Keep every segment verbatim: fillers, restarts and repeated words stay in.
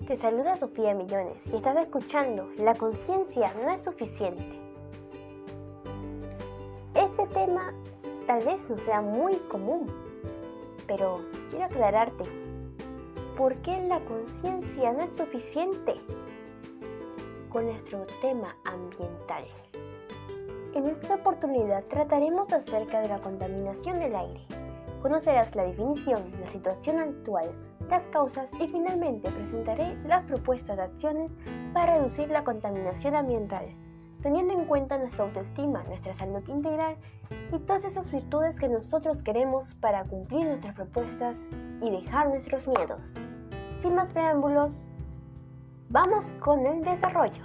Te saluda Sofía Millones y estás escuchando La conciencia no es suficiente. Este tema tal vez no sea muy común, pero quiero aclararte por qué la conciencia no es suficiente con nuestro tema ambiental. En esta oportunidad trataremos acerca de la contaminación del aire. Conocerás la definición, la situación actual, las causas y finalmente presentaré las propuestas de acciones para reducir la contaminación ambiental, teniendo en cuenta nuestra autoestima, nuestra salud integral y todas esas virtudes que nosotros queremos para cumplir nuestras propuestas y dejar nuestros miedos. Sin más preámbulos, vamos con el desarrollo.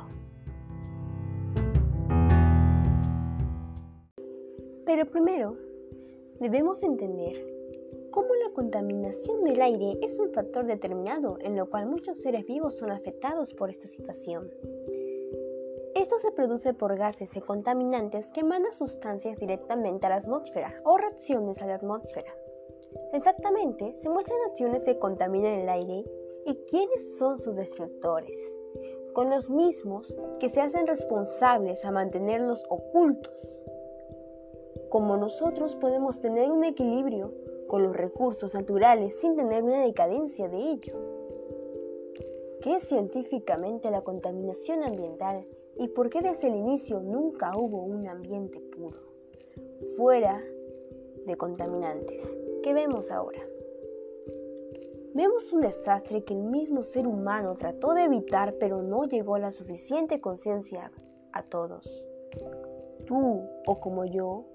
Pero primero, debemos entender cómo la contaminación del aire es un factor determinado en lo cual muchos seres vivos son afectados por esta situación. Esto se produce por gases y contaminantes que emanan sustancias directamente a la atmósfera o reacciones a la atmósfera. Exactamente, se muestran acciones que contaminan el aire y quiénes son sus destructores, con los mismos que se hacen responsables a mantenerlos ocultos. Como nosotros podemos tener un equilibrio con los recursos naturales sin tener una decadencia de ello. ¿Qué es científicamente la contaminación ambiental y por qué desde el inicio nunca hubo un ambiente puro, fuera de contaminantes? ¿Qué vemos ahora? Vemos un desastre que el mismo ser humano trató de evitar, pero no llegó a la suficiente conciencia a todos. Tú o como yo,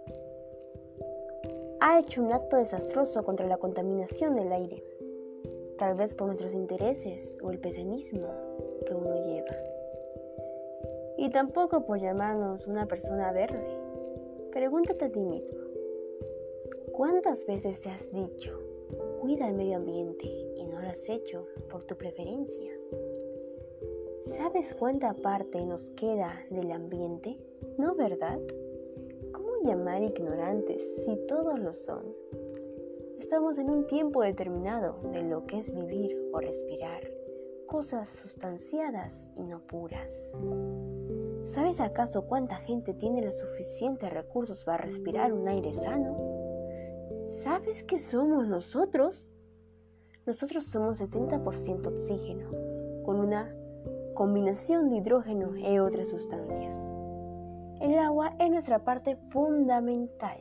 ha hecho un acto desastroso contra la contaminación del aire, tal vez por nuestros intereses o el pesimismo que uno lleva. Y tampoco por llamarnos una persona verde. Pregúntate a ti mismo, ¿cuántas veces te has dicho, cuida el medio ambiente y no lo has hecho por tu preferencia? ¿Sabes cuánta parte nos queda del ambiente? ¿No, verdad? Llamar ignorantes si todos lo son. Estamos en un tiempo determinado de lo que es vivir o respirar, cosas sustanciadas y no puras. ¿Sabes acaso cuánta gente tiene los suficientes recursos para respirar un aire sano? ¿Sabes qué somos nosotros? Nosotros somos setenta por ciento oxígeno, con una combinación de hidrógeno y otras sustancias. El agua es nuestra parte fundamental.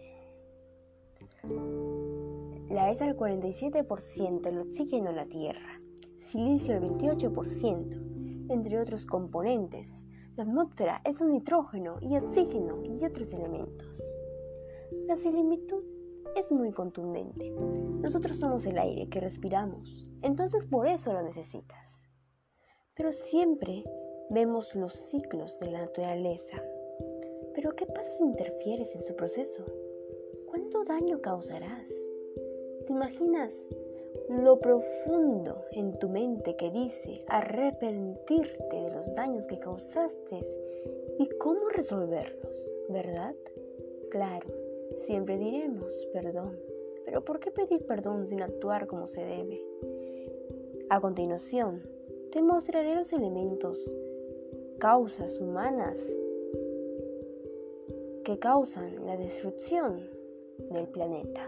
La es al cuarenta y siete por ciento el oxígeno en la Tierra, silicio el veintiocho por ciento, entre otros componentes. La atmósfera es un nitrógeno y oxígeno y otros elementos. La similitud es muy contundente. Nosotros somos el aire que respiramos, entonces por eso lo necesitas. Pero siempre vemos los ciclos de la naturaleza. ¿Pero qué pasa si interfieres en su proceso? ¿Cuánto daño causarás? ¿Te imaginas lo profundo en tu mente que dice arrepentirte de los daños que causaste y cómo resolverlos, verdad? Claro, siempre diremos perdón, pero ¿por qué pedir perdón sin actuar como se debe? A continuación, te mostraré los elementos, causas humanas que causan la destrucción del planeta.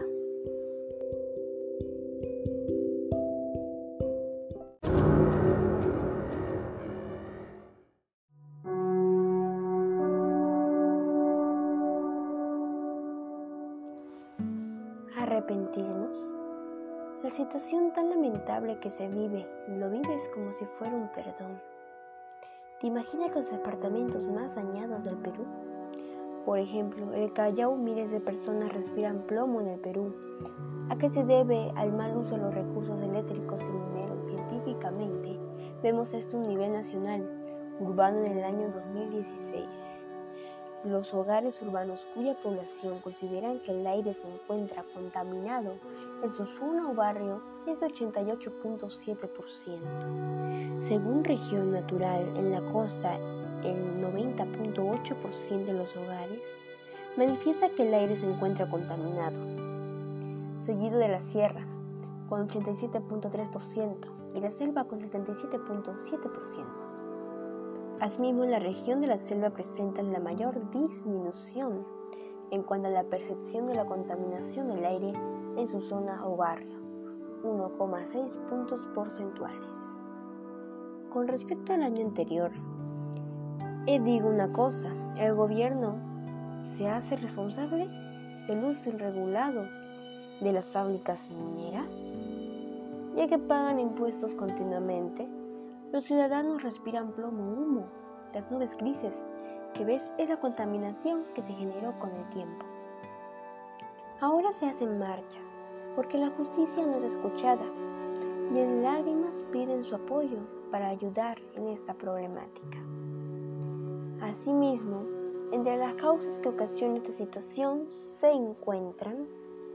Arrepentirnos. La situación tan lamentable que se vive, lo vives como si fuera un perdón. ¿Te imaginas los departamentos más dañados del Perú? Por ejemplo, el Callao, miles de personas respiran plomo en el Perú. ¿A qué se debe al mal uso de los recursos eléctricos y mineros? Científicamente, vemos esto a un nivel nacional, urbano en el año dos mil dieciséis. Los hogares urbanos cuya población consideran que el aire se encuentra contaminado en su zona o barrio es de ochenta y ocho punto siete por ciento. Según región natural, en la costa, el noventa punto ocho por ciento de los hogares manifiesta que el aire se encuentra contaminado, seguido de la sierra, con ochenta y siete punto tres por ciento, y la selva con setenta y siete punto siete por ciento. Asimismo, la región de la selva presenta la mayor disminución en cuanto a la percepción de la contaminación del aire en su zona o barrio, uno coma seis puntos porcentuales. Con respecto al año anterior, eh, digo una cosa, el gobierno se hace responsable del uso irregulado de las fábricas mineras, ya que pagan impuestos continuamente. Los ciudadanos respiran plomo, humo, las nubes grises que ves es la contaminación que se generó con el tiempo. Ahora se hacen marchas porque la justicia no es escuchada y en lágrimas piden su apoyo para ayudar en esta problemática. Asimismo, entre las causas que ocasionan esta situación se encuentran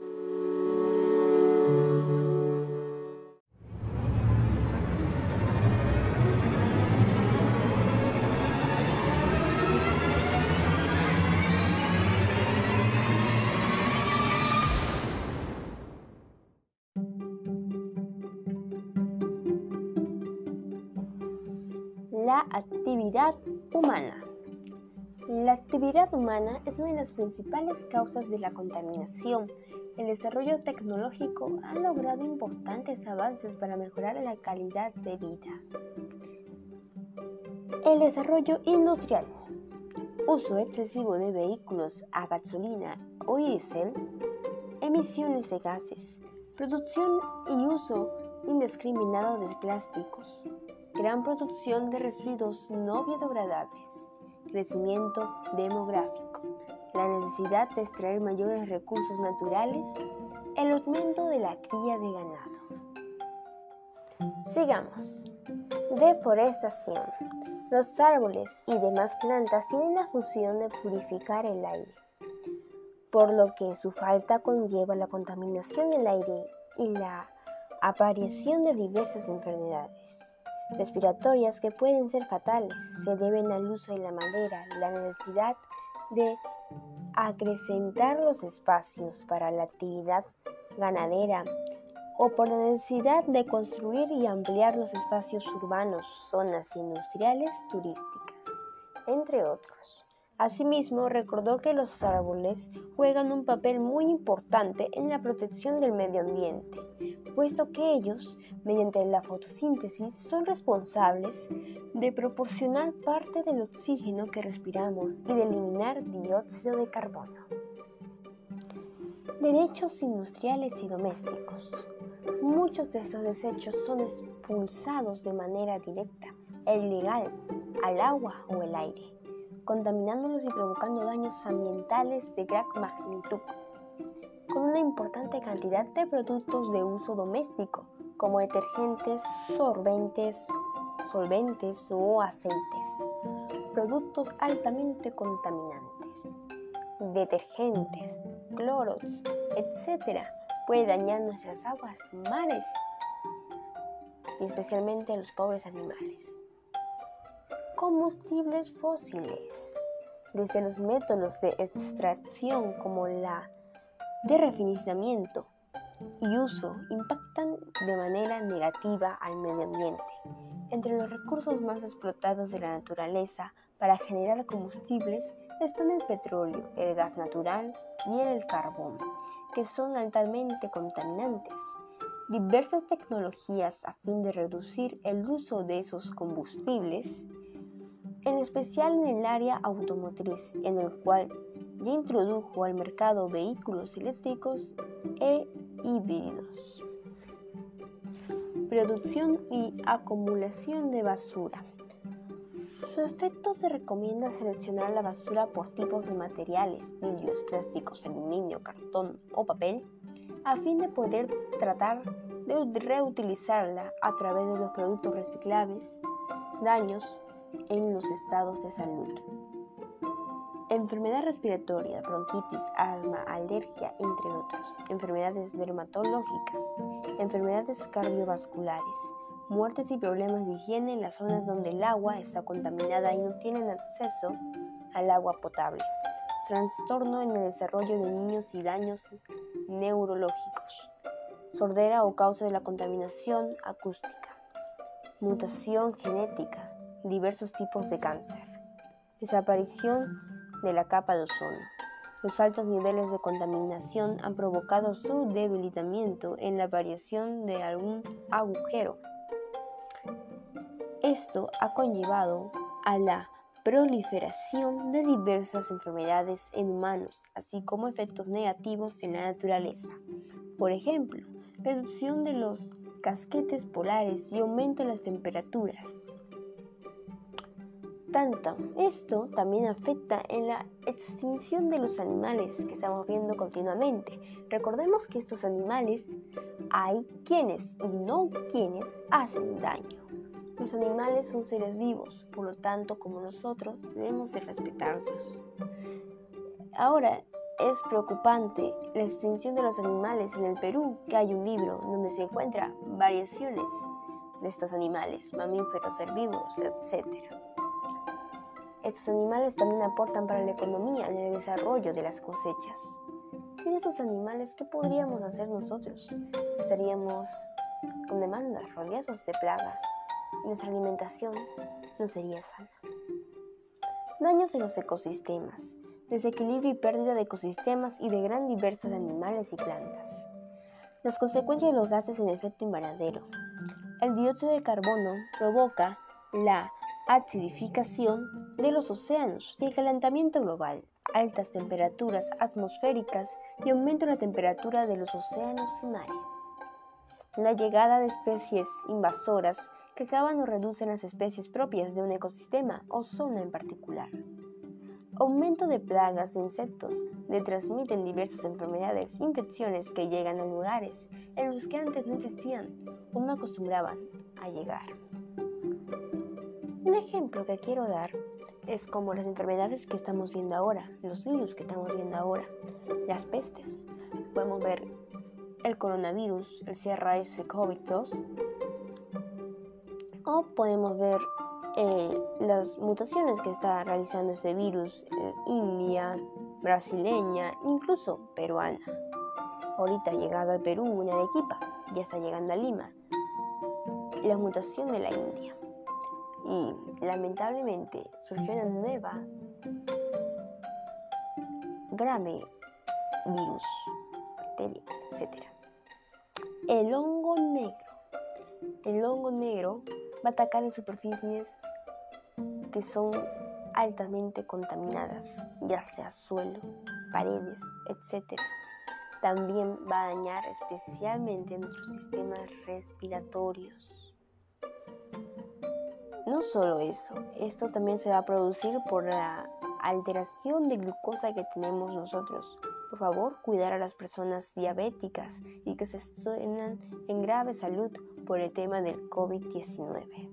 la actividad humana. La actividad humana es una de las principales causas de la contaminación. El desarrollo tecnológico ha logrado importantes avances para mejorar la calidad de vida. El desarrollo industrial, uso excesivo de vehículos a gasolina o diésel, emisiones de gases, producción y uso indiscriminado de plásticos, gran producción de residuos no biodegradables, crecimiento demográfico, la necesidad de extraer mayores recursos naturales, el aumento de la cría de ganado. Sigamos. Deforestación. Los árboles y demás plantas tienen la función de purificar el aire, por lo que su falta conlleva la contaminación del aire y la aparición de diversas enfermedades respiratorias que pueden ser fatales. Se deben al uso de la madera, la necesidad de acrecentar los espacios para la actividad ganadera o por la necesidad de construir y ampliar los espacios urbanos, zonas industriales, turísticas, entre otros. Asimismo, recordó que los árboles juegan un papel muy importante en la protección del medio ambiente, puesto que ellos, mediante la fotosíntesis, son responsables de proporcionar parte del oxígeno que respiramos y de eliminar dióxido de carbono. Derechos industriales y domésticos. Muchos de estos desechos son expulsados de manera directa e ilegal al agua o el aire, contaminándolos y provocando daños ambientales de gran magnitud, con una importante cantidad de productos de uso doméstico, como detergentes, sorbentes, solventes o aceites, productos altamente contaminantes, detergentes, cloros, etcétera, puede dañar nuestras aguas, mares y especialmente a los pobres animales. Combustibles fósiles. Desde los métodos de extracción como la de refinamiento y uso impactan de manera negativa al medio ambiente. Entre los recursos más explotados de la naturaleza para generar combustibles están el petróleo, el gas natural y el carbón, que son altamente contaminantes. Diversas tecnologías a fin de reducir el uso de esos combustibles, en especial en el área automotriz, en el cual ya introdujo al mercado vehículos eléctricos e híbridos. Producción y acumulación de basura. Su efecto se recomienda seleccionar la basura por tipos de materiales, vidrios, plásticos, aluminio, cartón o papel, a fin de poder tratar de reutilizarla a través de los productos reciclables, daños en los estados de salud. Enfermedad respiratoria, bronquitis, asma, alergia, entre otros. Enfermedades dermatológicas, enfermedades cardiovasculares, muertes y problemas de higiene en las zonas donde el agua está contaminada y no tienen acceso al agua potable. Trastorno en el desarrollo de niños y daños neurológicos. Sordera o causa de la contaminación acústica. mutación genética, diversos tipos de cáncer, desaparición de la capa de ozono. Los altos niveles de contaminación han provocado su debilitamiento en la variación de algún agujero. Esto ha conllevado a la proliferación de diversas enfermedades en humanos, así como efectos negativos en la naturaleza. Por ejemplo, reducción de los casquetes polares y aumento en las temperaturas. Tanto esto también afecta en la extinción de los animales que estamos viendo continuamente. Recordemos que estos animales hay quienes y no quienes hacen daño. Los animales son seres vivos, por lo tanto, como nosotros, debemos de respetarlos. Ahora, es preocupante la extinción de los animales en el Perú, que hay un libro donde se encuentran variaciones de estos animales, mamíferos, herbívoros, etcétera. Estos animales también aportan para la economía en el desarrollo de las cosechas. Sin estos animales, ¿qué podríamos hacer nosotros? Estaríamos con demandas, rodeados de plagas, y nuestra alimentación no sería sana. Daños en los ecosistemas, desequilibrio y pérdida de ecosistemas y de gran diversidad de animales y plantas. Las consecuencias de los gases en efecto invernadero. El dióxido de carbono provoca la acidificación de los océanos y el calentamiento global, altas temperaturas atmosféricas y aumento en la temperatura de los océanos y mares. La llegada de especies invasoras que acaban o reducen las especies propias de un ecosistema o zona en particular. Aumento de plagas de insectos que transmiten diversas enfermedades e infecciones que llegan a lugares en los que antes no existían o no acostumbraban a llegar. Un ejemplo que quiero dar es como las enfermedades que estamos viendo ahora, los virus que estamos viendo ahora, las pestes. Podemos ver el coronavirus, el C R S COVID dos, o podemos ver eh, las mutaciones que está realizando este virus en India, brasileña, incluso peruana. Ahorita ha llegado al Perú, en Arequipa, ya está llegando a Lima, la mutación de la India. Y lamentablemente surgió una nueva grave virus, bacteria, etcétera. El hongo negro. El hongo negro va a atacar en superficies que son altamente contaminadas, ya sea suelo, paredes, etcétera. También va a dañar especialmente nuestros sistemas respiratorios. No solo eso, esto también se va a producir por la alteración de glucosa que tenemos nosotros. Por favor, cuidar a las personas diabéticas y que se estén en grave salud por el tema del COVID diecinueve.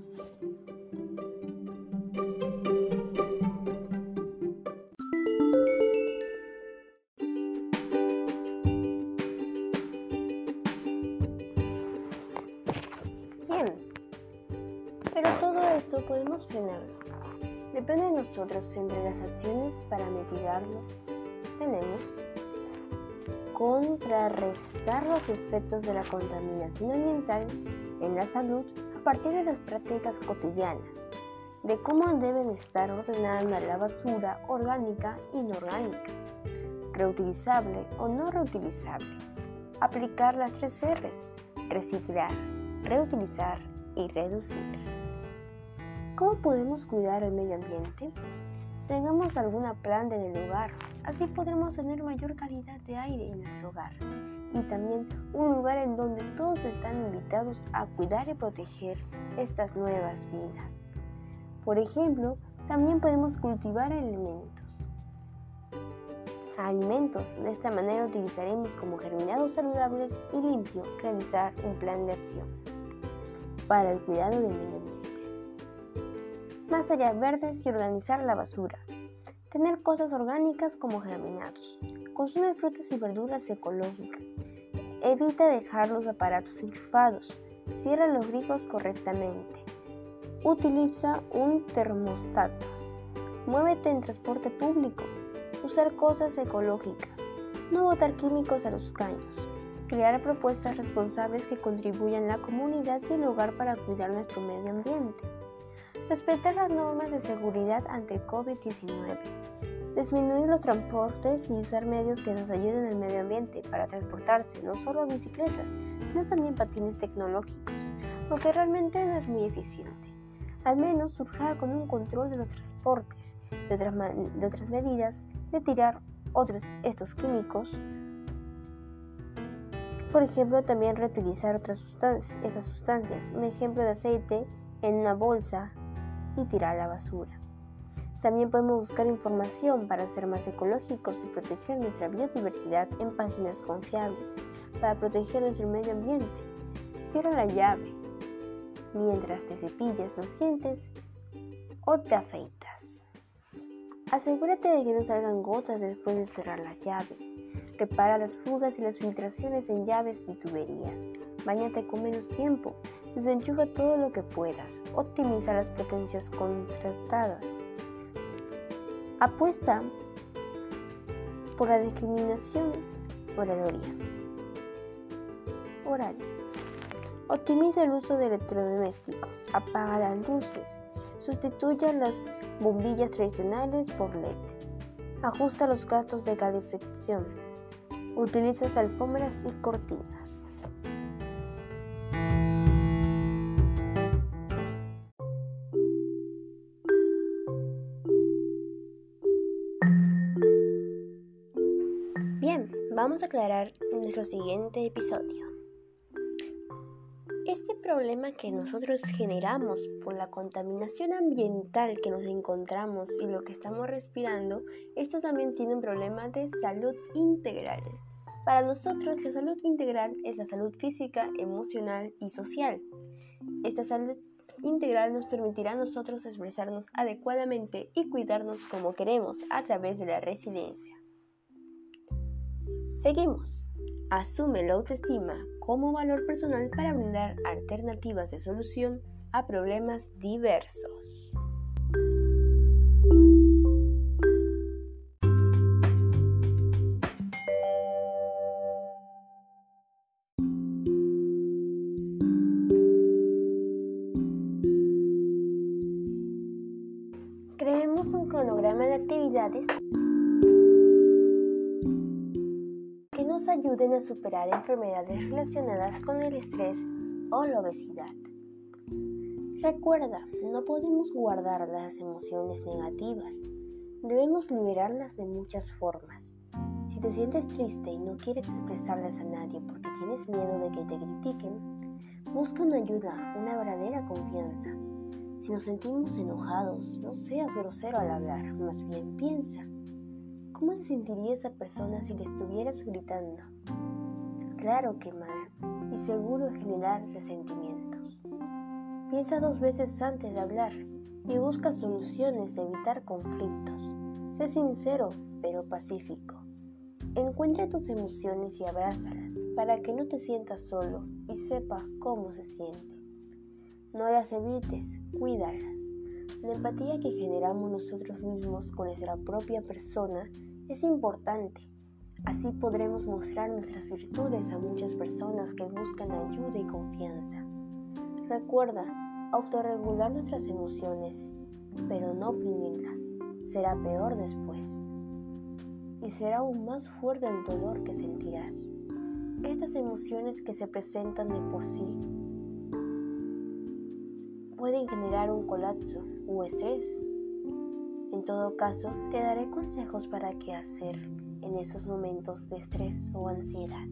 Bien, pero todo esto podemos frenarlo. Depende de nosotros. Entre las acciones para mitigarlo tenemos contrarrestar los efectos de la contaminación ambiental en la salud a partir de las prácticas cotidianas, de cómo deben estar ordenada la basura orgánica e inorgánica, reutilizable o no reutilizable, aplicar las tres R's, reciclar, reutilizar y reducir. ¿Cómo podemos cuidar el medio ambiente? Tengamos alguna planta en el hogar, así podremos tener mayor calidad de aire en nuestro hogar y también un lugar en donde todos están invitados a cuidar y proteger estas nuevas vidas. Por ejemplo, también podemos cultivar alimentos. Alimentos, de esta manera utilizaremos como germinados saludables y limpio realizar un plan de acción para el cuidado del medio ambiente. Más áreas verdes y organizar la basura. Tener cosas orgánicas como germinados. Consume frutas y verduras ecológicas. Evita dejar los aparatos enchufados. Cierra los grifos correctamente. Utiliza un termostato. Muévete en transporte público. Usar cosas ecológicas. No botar químicos a los caños. crear propuestas responsables que contribuyan a la comunidad y el hogar para cuidar nuestro medio ambiente, respetar las normas de seguridad ante el covid diecinueve, disminuir los transportes y usar medios que nos ayuden al medio ambiente para transportarse, no solo bicicletas, sino también patines tecnológicos, aunque realmente no es muy eficiente. Al menos surja con un control de los transportes, de otras, de otras medidas, de tirar otros estos químicos. Por ejemplo, también reutilizar otras sustancias, esas sustancias, un ejemplo de aceite en una bolsa y tirar a la basura. También podemos buscar información para ser más ecológicos y proteger nuestra biodiversidad en páginas confiables, para proteger nuestro medio ambiente. Cierra la llave mientras te cepillas los dientes o te afeitas. Asegúrate de que no salgan gotas después de cerrar las llaves. Repara las fugas y las filtraciones en llaves y tuberías. Báñate con menos tiempo. Desenchufa todo lo que puedas. Optimiza las potencias contratadas. Apuesta por la discriminación horaria. Horario. Optimiza el uso de electrodomésticos. Apaga las luces. Sustituye las bombillas tradicionales por L E D. Ajusta los gastos de calefacción. Utiliza alfombras y cortinas. Bien, vamos a aclarar en nuestro siguiente episodio. Este problema que nosotros generamos por la contaminación ambiental que nos encontramos y lo que estamos respirando, esto también tiene un problema de salud integral. Para nosotros, la salud integral es la salud física, emocional y social. Esta salud integral nos permitirá a nosotros expresarnos adecuadamente y cuidarnos como queremos a través de la resiliencia. Seguimos. Asume la autoestima como valor personal para brindar alternativas de solución a problemas diversos. Creemos un cronograma de actividades que nos ayuden a superar enfermedades relacionadas con el estrés o la obesidad. Recuerda, no podemos guardar las emociones negativas, debemos liberarlas de muchas formas. Si te sientes triste y no quieres expresarlas a nadie porque tienes miedo de que te critiquen, busca una ayuda, una verdadera confianza. Si nos sentimos enojados, no seas grosero al hablar, más bien piensa. ¿Cómo se sentiría esa persona si le estuvieras gritando? Claro que mal, y seguro de generar resentimientos. Piensa dos veces antes de hablar y busca soluciones de evitar conflictos. Sé sincero, pero pacífico. Encuentra tus emociones y abrázalas para que no te sientas solo y sepas cómo se siente. No las evites, cuídalas. La empatía que generamos nosotros mismos con nuestra propia persona es importante. Así podremos mostrar nuestras virtudes a muchas personas que buscan ayuda y confianza. Recuerda, autorregular nuestras emociones, pero no oprimirlas. Será peor después. Y será aún más fuerte el dolor que sentirás. Estas emociones que se presentan de por sí pueden generar un colapso o estrés. En todo caso, te daré consejos para qué hacer en esos momentos de estrés o ansiedad.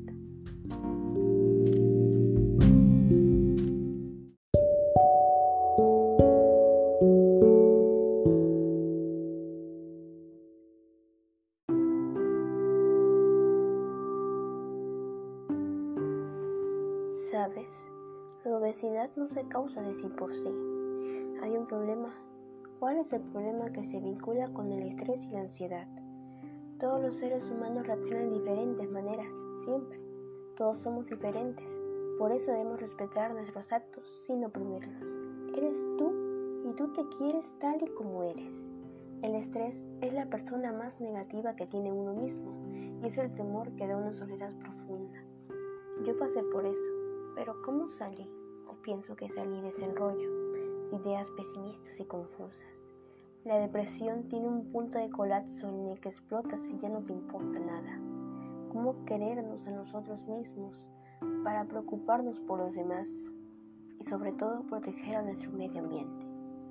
¿Sabes? La obesidad no se causa de sí por sí. Hay un problema. ¿Cuál es el problema que se vincula con el estrés y la ansiedad? Todos los seres humanos reaccionan de diferentes maneras, siempre. Todos somos diferentes. Por eso debemos respetar nuestros actos sin oprimirlos. Eres tú y tú te quieres tal y como eres. El estrés es la persona más negativa que tiene uno mismo y es el temor que da una soledad profunda. yo pasé por eso, pero ¿cómo salí? O pienso que salí de ese enrollo, de ideas pesimistas y confusas. La depresión tiene un punto de colapso en el que explotas y ya no te importa nada. ¿Cómo querernos a nosotros mismos para preocuparnos por los demás y sobre todo proteger a nuestro medio ambiente?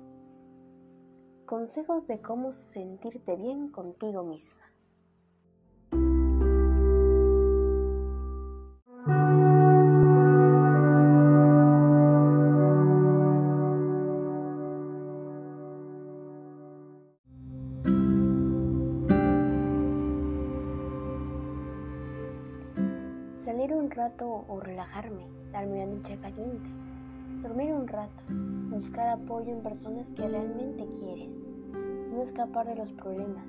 Consejos de cómo sentirte bien contigo misma. Salir un rato o relajarme, darme una ducha caliente, dormir un rato, buscar apoyo en personas que realmente quieres, no escapar de los problemas,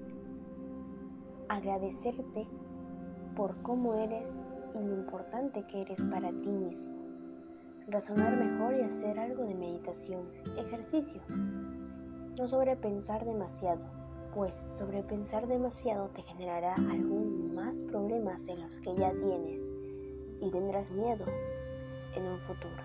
agradecerte por cómo eres y lo importante que eres para ti mismo, razonar mejor y hacer algo de meditación, ejercicio, no sobrepensar demasiado, pues sobrepensar demasiado te generará aún más problemas de los que ya tienes y tendrás miedo en un futuro.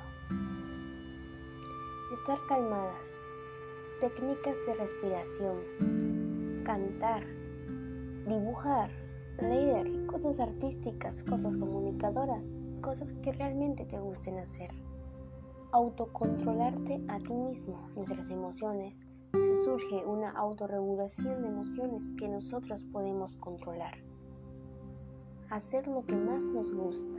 Estar calmadas, técnicas de respiración, cantar, dibujar, leer, cosas artísticas, cosas comunicadoras, cosas que realmente te gusten hacer. Autocontrolarte a ti mismo, nuestras emociones. Se surge una autorregulación de emociones que nosotros podemos controlar. Hacer lo que más nos gusta.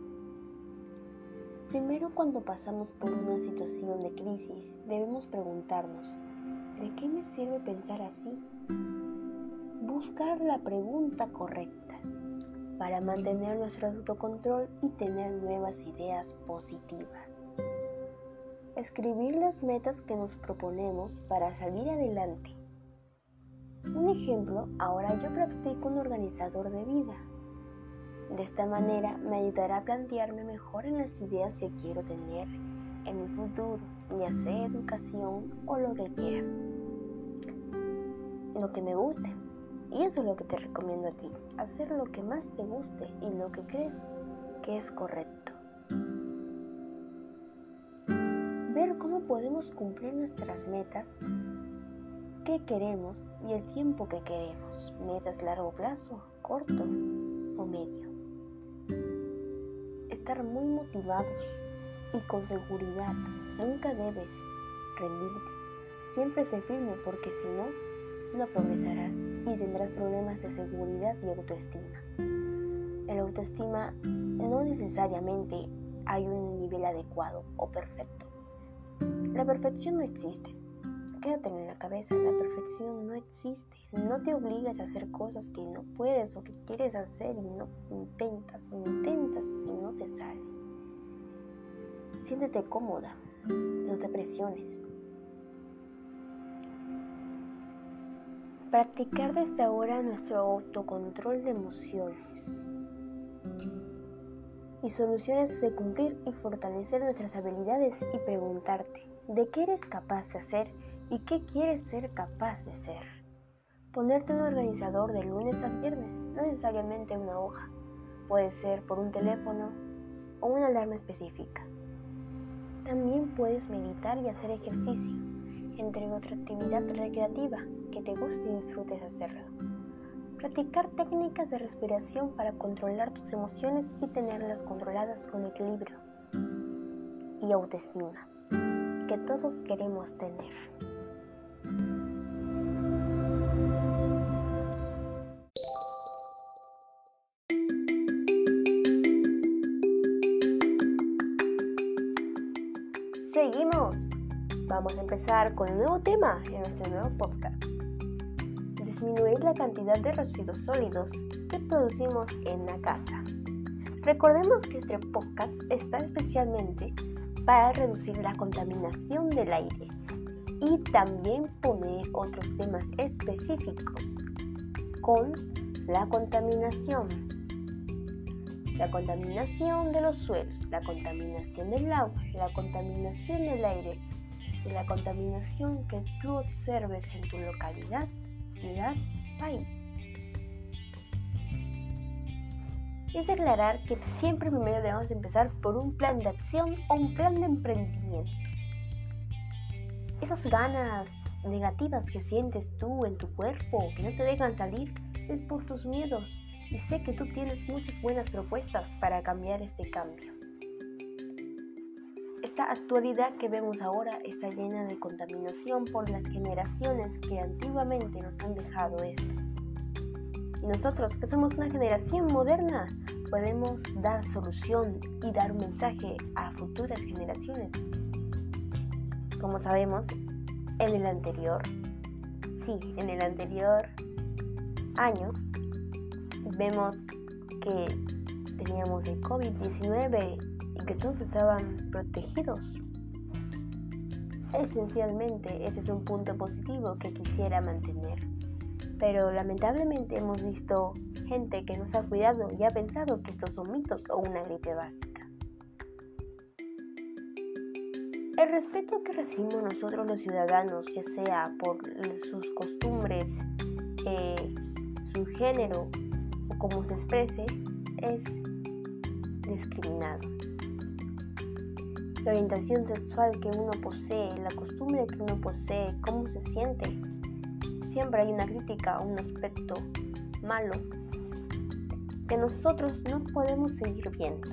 Primero, cuando pasamos por una situación de crisis, debemos preguntarnos, ¿de qué me sirve pensar así? Buscar la pregunta correcta para mantener nuestro autocontrol y tener nuevas ideas positivas. Escribir las metas que nos proponemos para salir adelante. Un ejemplo, ahora yo practico un organizador de vida. De esta manera me ayudará a plantearme mejor en las ideas que quiero tener en el futuro, ya sea educación o lo que quiera, lo que me guste. Y eso es lo que te recomiendo a ti, hacer lo que más te guste y lo que crees que es correcto. Ver cómo podemos cumplir nuestras metas, qué queremos y el tiempo que queremos, metas largo plazo, corto o medio. Estar muy motivados y con seguridad, nunca debes rendirte, siempre sé firme porque si no, no progresarás y tendrás problemas de seguridad y autoestima. En la autoestima no necesariamente hay un nivel adecuado o perfecto. La perfección no existe. Quédatelo en la cabeza, la perfección no existe. No te obligues a hacer cosas que no puedes o que quieres hacer y no intentas, intentas y no te sale. Siéntete cómoda, no te presiones. Practicar desde ahora nuestro autocontrol de emociones y soluciones de cumplir y fortalecer nuestras habilidades y preguntarte de qué eres capaz de hacer y qué quieres ser capaz de ser. Ponerte un organizador de lunes a viernes, no necesariamente una hoja, puede ser por un teléfono o una alarma específica. También puedes meditar y hacer ejercicio, entre otra actividad recreativa que te guste y disfrutes hacerlo. Practicar técnicas de respiración para controlar tus emociones y tenerlas controladas con equilibrio y autoestima, que todos queremos tener. Seguimos. Vamos a empezar con un nuevo tema en nuestro nuevo podcast. Disminuir la cantidad de residuos sólidos que producimos en la casa. Recordemos que este podcast está especialmente para reducir la contaminación del aire y también poner otros temas específicos con la contaminación. La contaminación de los suelos, la contaminación del agua, la contaminación del aire y la contaminación que tú observes en tu localidad, ciudad, país. es declarar que siempre primero debemos empezar por un plan de acción o un plan de emprendimiento. Esas ganas negativas que sientes tú en tu cuerpo, que no te dejan salir, es por tus miedos. Y sé que tú tienes muchas buenas propuestas para cambiar este cambio. Esta actualidad que vemos ahora está llena de contaminación por las generaciones que antiguamente nos han dejado esto. Y nosotros, que somos una generación moderna, podemos dar solución y dar un mensaje a futuras generaciones. Como sabemos, en el anterior, sí, en el anterior año, vemos que teníamos el covid diecinueve y que todos estaban protegidos. Esencialmente, ese es un punto positivo que quisiera mantener. Pero lamentablemente hemos visto gente que no se ha cuidado y ha pensado que estos son mitos o una gripe básica. El respeto que recibimos nosotros los ciudadanos, ya sea por sus costumbres, eh, su género o cómo se exprese, es discriminado. La orientación sexual que uno posee, la costumbre que uno posee, cómo se siente, siempre hay una crítica, un aspecto malo que nosotros no podemos seguir viendo.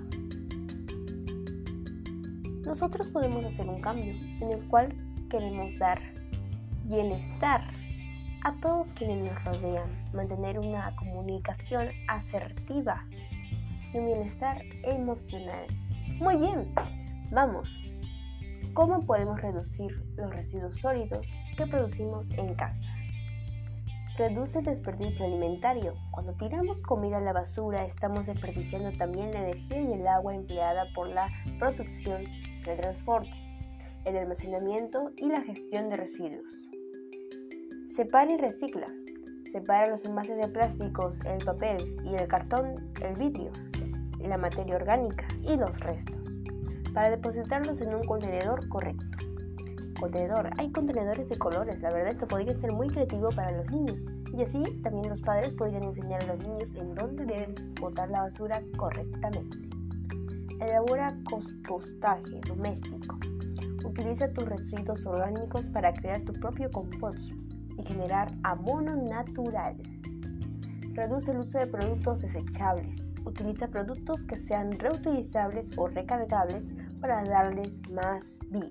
Nosotros podemos hacer un cambio en el cual queremos dar bienestar a todos quienes nos rodean, mantener una comunicación asertiva y un bienestar emocional. Muy bien, vamos. ¿Cómo podemos reducir los residuos sólidos que producimos en casa? Reduce el desperdicio alimentario. Cuando tiramos comida a la basura, estamos desperdiciando también la energía y el agua empleada por la producción, el transporte, el almacenamiento y la gestión de residuos. Separa y recicla. Separa los envases de plásticos, el papel y el cartón, el vidrio, la materia orgánica y los restos, para depositarlos en un contenedor correcto. Contenedor. Hay contenedores de colores, la verdad esto podría ser muy creativo para los niños y así también los padres podrían enseñar a los niños en dónde deben botar la basura correctamente. Elabora compostaje doméstico. Utiliza tus residuos orgánicos para crear tu propio compost y generar abono natural. Reduce el uso de productos desechables. Utiliza productos que sean reutilizables o recargables para darles más vida.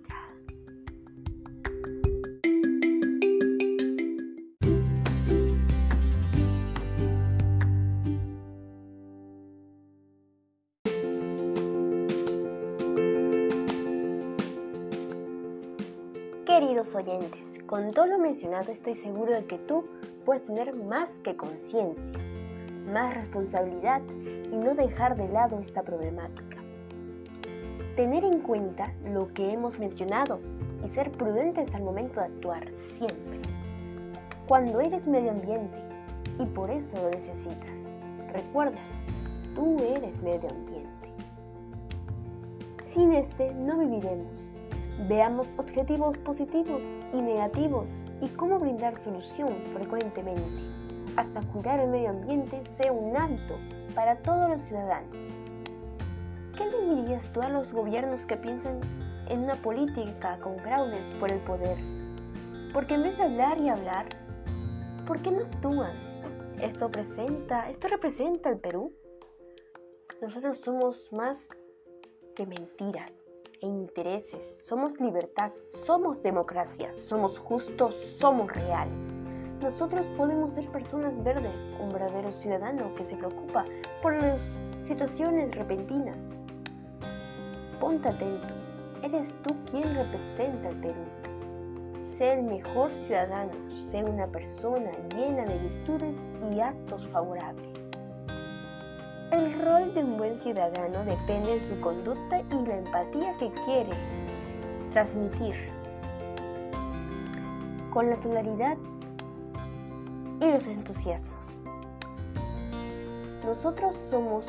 Queridos oyentes, con todo lo mencionado estoy seguro de que tú puedes tener más que conciencia, más responsabilidad y no dejar de lado esta problemática. Tener en cuenta lo que hemos mencionado y ser prudentes al momento de actuar siempre. Cuando eres medio ambiente y por eso lo necesitas, recuerda, tú eres medio ambiente. Sin este no viviremos. Veamos objetivos positivos y negativos y cómo brindar solución frecuentemente, hasta cuidar el medio ambiente sea un hábito para todos los ciudadanos. ¿Qué le dirías tú a los gobiernos que piensan en una política con fraudes por el poder? Porque en vez de hablar y hablar, ¿por qué no actúan? Esto presenta, esto representa al Perú. Nosotros somos más que mentiras e intereses, somos libertad, somos democracia, somos justos, somos reales. Nosotros podemos ser personas verdes, un verdadero ciudadano que se preocupa por las situaciones repentinas. Ponte atento, eres tú quien representa al Perú. Sé el mejor ciudadano, sé una persona llena de virtudes y actos favorables. El rol de un buen ciudadano depende de su conducta y la empatía que quiere transmitir, con la solidaridad y los entusiasmos. Nosotros somos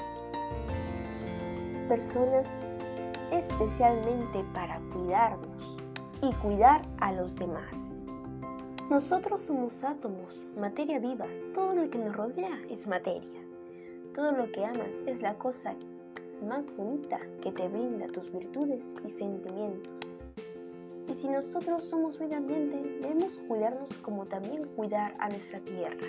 personas especialmente para cuidarnos y cuidar a los demás. Nosotros somos átomos, materia viva, todo lo que nos rodea es materia. Todo lo que amas es la cosa más bonita que te brinda tus virtudes y sentimientos. Y si nosotros somos medio ambiente, debemos cuidarnos como también cuidar a nuestra tierra.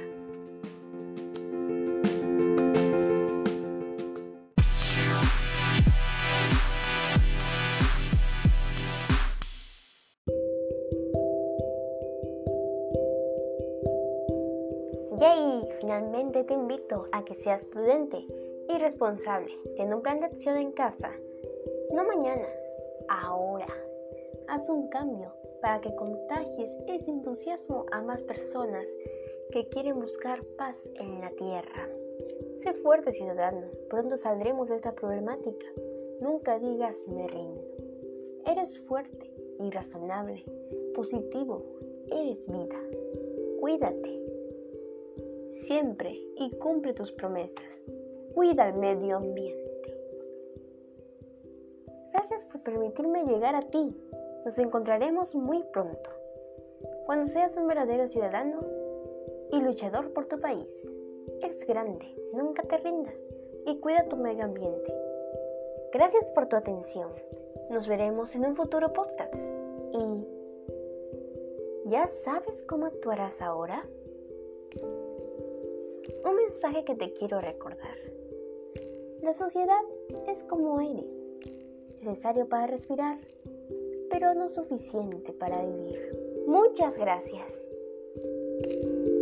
Yay, finalmente te invito a que seas prudente y responsable. Ten un plan de acción en casa. No mañana, ahora. Haz un cambio para que contagies ese entusiasmo a más personas que quieren buscar paz en la tierra. Sé fuerte, ciudadano. Pronto saldremos de esta problemática. Nunca digas me rindo. Eres fuerte y razonable, positivo. Eres vida. Cuídate siempre y cumple tus promesas. Cuida el medio ambiente. Gracias por permitirme llegar a ti. Nos encontraremos muy pronto, cuando seas un verdadero ciudadano y luchador por tu país. Es grande, nunca te rindas y cuida tu medio ambiente. Gracias por tu atención. Nos veremos en un futuro podcast. ¿Y ya sabes cómo actuarás ahora? Un mensaje que te quiero recordar. La sociedad es como aire, necesario para respirar, pero no suficiente para vivir. Muchas gracias.